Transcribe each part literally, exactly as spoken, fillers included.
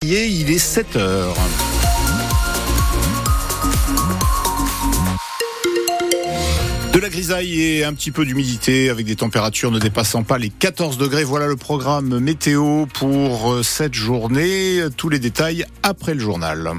février, il est sept heures. De la grisaille et un petit peu d'humidité avec des températures ne dépassant pas les quatorze degrés. Voilà le programme météo pour cette journée. Tous les détails après le journal.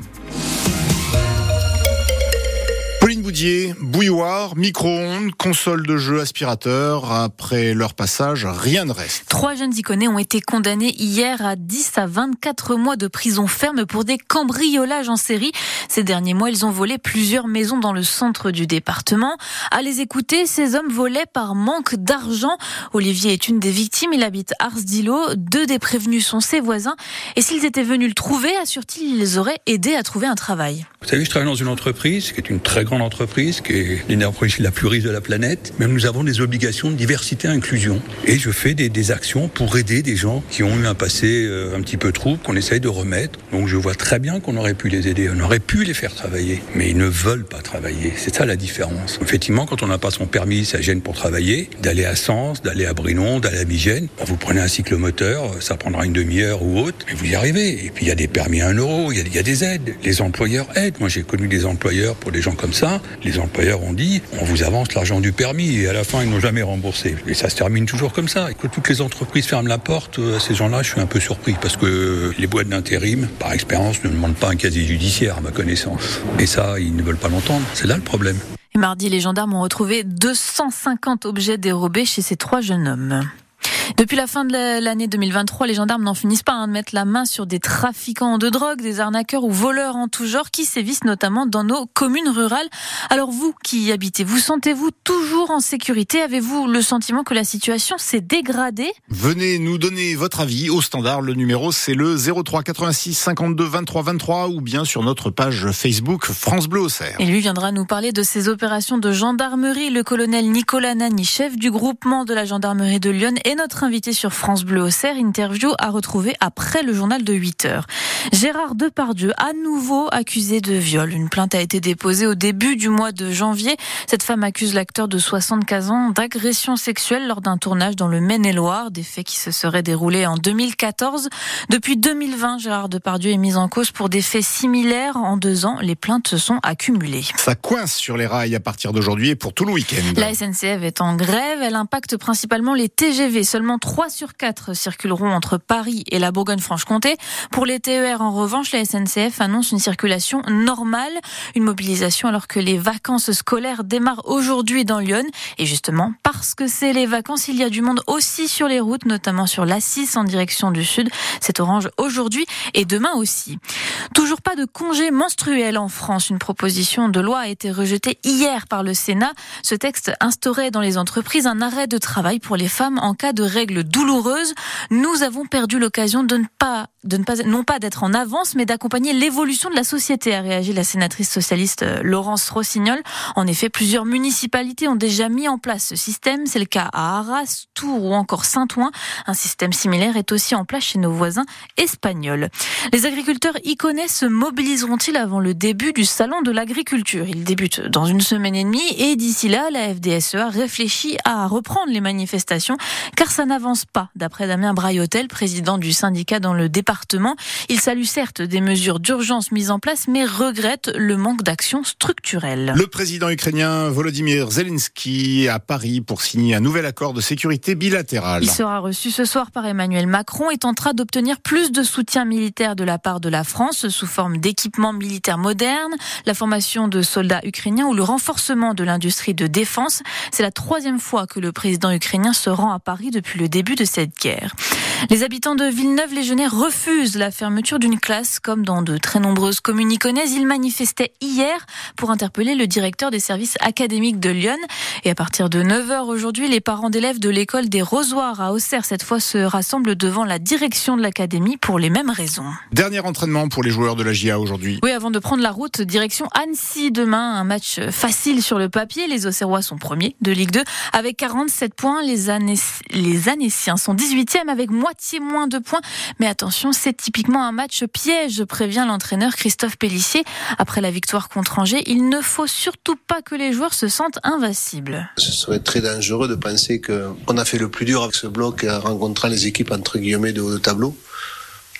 Pauline Boudier, bouilloire, micro-ondes, console de jeu, aspirateur. Après leur passage, rien ne reste. Trois jeunes Iconais ont été condamnés hier à dix à vingt-quatre mois de prison ferme pour des cambriolages en série. Ces derniers mois, ils ont volé plusieurs maisons dans le centre du département. À les écouter, ces hommes volaient par manque d'argent. Olivier est une des victimes. Il habite Ars-d'Ilo. Deux des prévenus sont ses voisins. Et s'ils étaient venus le trouver, assure-t-il, ils les auraient aidés à trouver un travail. Vous savez, je travaille dans une entreprise qui est une très grande entreprise, qui est l'entreprise la plus riche de la planète. Mais nous avons des obligations de diversité et inclusion. Et je fais des, des actions pour aider des gens qui ont eu un passé euh, un petit peu trouble, qu'on essaye de remettre. Donc je vois très bien qu'on aurait pu les aider, on aurait pu les faire travailler. Mais ils ne veulent pas travailler. C'est ça la différence. Effectivement, quand on n'a pas son permis, ça gêne pour travailler. D'aller à Sens, d'aller à Brinon, d'aller à Migène, ben vous prenez un cyclomoteur, ça prendra une demi-heure ou autre, mais vous y arrivez. Et puis il y a des permis à un euro, il y a, il y a des aides. Les employeurs aident. Moi j'ai connu des employeurs pour des gens comme ça. Les employeurs ont dit, on vous avance l'argent du permis et à la fin ils n'ont jamais remboursé. Et ça se termine toujours comme ça. Et que toutes les entreprises ferment la porte à ces gens-là, je suis un peu surpris parce que les boîtes d'intérim, par expérience, ne demandent pas un casier judiciaire à ma connaissance. Et ça, ils ne veulent pas l'entendre. C'est là le problème. Et mardi, les gendarmes ont retrouvé deux cent cinquante objets dérobés chez ces trois jeunes hommes. Depuis la fin de l'année deux mille vingt-trois, les gendarmes n'en finissent pas hein, de mettre la main sur des trafiquants de drogue, des arnaqueurs ou voleurs en tout genre qui sévissent notamment dans nos communes rurales. Alors vous qui y habitez, vous sentez-vous toujours en sécurité ? Avez-vous le sentiment que la situation s'est dégradée ? Venez nous donner votre avis au standard. Le numéro c'est le zéro trois quatre-vingt-six cinquante-deux vingt-trois vingt-trois ou bien sur notre page Facebook France Bleu Auxerre. Et lui viendra nous parler de ces opérations de gendarmerie. Le colonel Nicolas Nani, chef du groupement de la gendarmerie de Lyon, est notre invité sur France Bleu Auxerre. Interview à retrouver après le journal de huit heures. Gérard Depardieu, à nouveau accusé de viol. Une plainte a été déposée au début du mois de janvier. Cette femme accuse l'acteur de soixante-quinze ans d'agression sexuelle lors d'un tournage dans le Maine-et-Loire. Des faits qui se seraient déroulés en deux mille quatorze. Depuis deux mille vingt, Gérard Depardieu est mis en cause pour des faits similaires. En deux ans, les plaintes se sont accumulées. Ça coince sur les rails à partir d'aujourd'hui et pour tout le week-end. La S N C F est en grève. Elle impacte principalement les T G V. Seulement trois sur quatre circuleront entre Paris et la Bourgogne-Franche-Comté. Pour les T E R, en revanche, la S N C F annonce une circulation normale. Une mobilisation alors que les vacances scolaires démarrent aujourd'hui dans Lyon. Et justement, parce que c'est les vacances, il y a du monde aussi sur les routes, notamment sur l'A six en direction du sud. C'est orange aujourd'hui et demain aussi. Toujours pas de congé menstruel en France. Une proposition de loi a été rejetée hier par le Sénat. Ce texte instaurait dans les entreprises un arrêt de travail pour les femmes en cas de règles douloureuses. Nous avons perdu l'occasion de ne pas, de ne pas, non pas d'être en avance, mais d'accompagner l'évolution de la société, a réagi la sénatrice socialiste Laurence Rossignol. En effet, plusieurs municipalités ont déjà mis en place ce système. C'est le cas à Arras, Tours ou encore Saint-Ouen. Un système similaire est aussi en place chez nos voisins espagnols. Les agriculteurs iconais se mobiliseront-ils avant le début du salon de l'agriculture ? Il débute dans une semaine et demie et d'ici là, la F D S E A réfléchit à reprendre les manifestations car ça n'avance pas, d'après Damien Braillotel, président du syndicat dans le département. Il salue certes des mesures d'urgence mises en place, mais regrette le manque d'action structurelle. Le président ukrainien Volodymyr Zelensky est à Paris pour signer un nouvel accord de sécurité bilatéral. Il sera reçu ce soir par Emmanuel Macron et tentera d'obtenir plus de soutien militaire de la part de la France sous forme d'équipements militaires modernes, la formation de soldats ukrainiens ou le renforcement de l'industrie de défense. C'est la troisième fois que le président ukrainien se rend à Paris depuis le début de cette guerre. Les habitants de Villeneuve-les-Genêts refusent la fermeture d'une classe, comme dans de très nombreuses communes iconaises. Ils manifestaient hier pour interpeller le directeur des services académiques de Lyon. Et à partir de neuf heures aujourd'hui, les parents d'élèves de l'école des Rosoirs à Auxerre, cette fois, se rassemblent devant la direction de l'académie pour les mêmes raisons. Dernier entraînement pour les joueurs de la J A aujourd'hui. Oui, avant de prendre la route, direction Annecy demain. Un match facile sur le papier. Les Auxerrois sont premiers de Ligue deux avec quarante-sept points. Les, Annec- les Annéciens sont dix-huitièmes avec moitié moins de points. Mais attention, c'est typiquement un match piège, prévient l'entraîneur Christophe Pélissier. Après la victoire contre Angers, il ne faut surtout pas que les joueurs se sentent invincibles. Ce serait très dangereux de penser qu'on a fait le plus dur avec ce bloc en rencontrant les équipes entre guillemets de haut de tableau.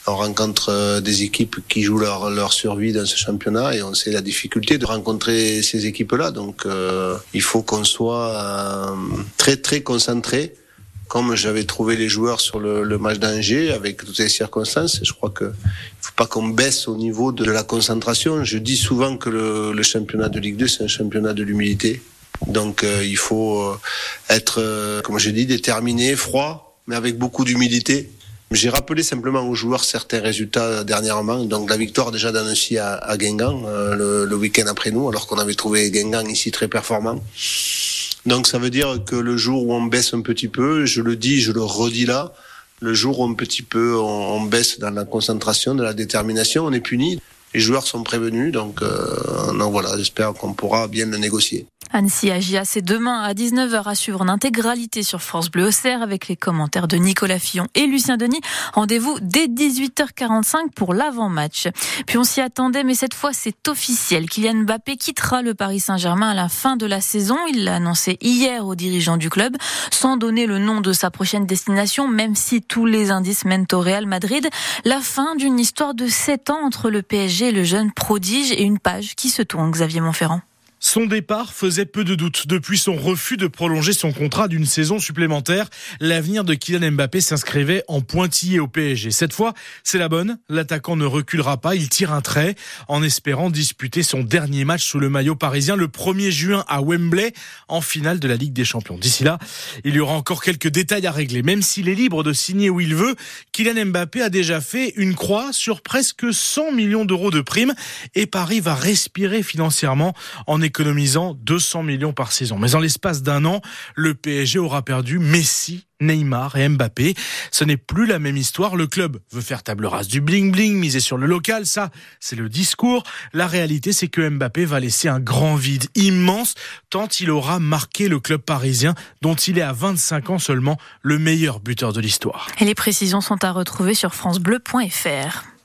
On rencontre des équipes qui jouent leur, leur survie dans ce championnat et on sait la difficulté de rencontrer ces équipes-là. Donc euh, il faut qu'on soit euh, très très concentré, comme j'avais trouvé les joueurs sur le, le match d'Angers, avec toutes les circonstances. Je crois que il faut pas qu'on baisse au niveau de la concentration. Je dis souvent que le, le championnat de Ligue deux, c'est un championnat de l'humilité. Donc euh, il faut euh, être, euh, comme je dis, déterminé, froid, mais avec beaucoup d'humilité. J'ai rappelé simplement aux joueurs certains résultats dernièrement. Donc la victoire déjà d'Annecy à, à Guingamp euh, le, le week-end après nous, alors qu'on avait trouvé Guingamp ici très performant. Donc ça veut dire que le jour où on baisse un petit peu, je le dis, je le redis là, le jour où un petit peu on, on baisse dans la concentration, de la détermination, on est puni. Les joueurs sont prévenus, donc, euh, donc voilà, j'espère qu'on pourra bien le négocier. Annecy A J A, c'est demain à dix-neuf heures à suivre en intégralité sur France Bleu Auxerre avec les commentaires de Nicolas Fillon et Lucien Denis. Rendez-vous dès dix-huit heures quarante-cinq pour l'avant-match. Puis on s'y attendait, mais cette fois c'est officiel. Kylian Mbappé quittera le Paris Saint-Germain à la fin de la saison. Il l'a annoncé hier aux dirigeants du club, sans donner le nom de sa prochaine destination, même si tous les indices mènent au Real Madrid. La fin d'une histoire de sept ans entre le P S G et le jeune prodige et une page qui se tourne, Xavier Montferrand. Son départ faisait peu de doute. Depuis son refus de prolonger son contrat d'une saison supplémentaire, l'avenir de Kylian Mbappé s'inscrivait en pointillé au P S G. Cette fois, c'est la bonne. L'attaquant ne reculera pas. Il tire un trait en espérant disputer son dernier match sous le maillot parisien le premier juin à Wembley en finale de la Ligue des Champions. D'ici là, il y aura encore quelques détails à régler. Même s'il est libre de signer où il veut, Kylian Mbappé a déjà fait une croix sur presque cent millions d'euros de primes et Paris va respirer financièrement en économisant deux cents millions par saison. Mais en l'espace d'un an, le P S G aura perdu Messi, Neymar et Mbappé. Ce n'est plus la même histoire. Le club veut faire table rase du bling-bling, miser sur le local. Ça, c'est le discours. La réalité, c'est que Mbappé va laisser un grand vide immense tant il aura marqué le club parisien dont il est à vingt-cinq ans seulement le meilleur buteur de l'histoire. Et les précisions sont à retrouver sur francebleu point fr.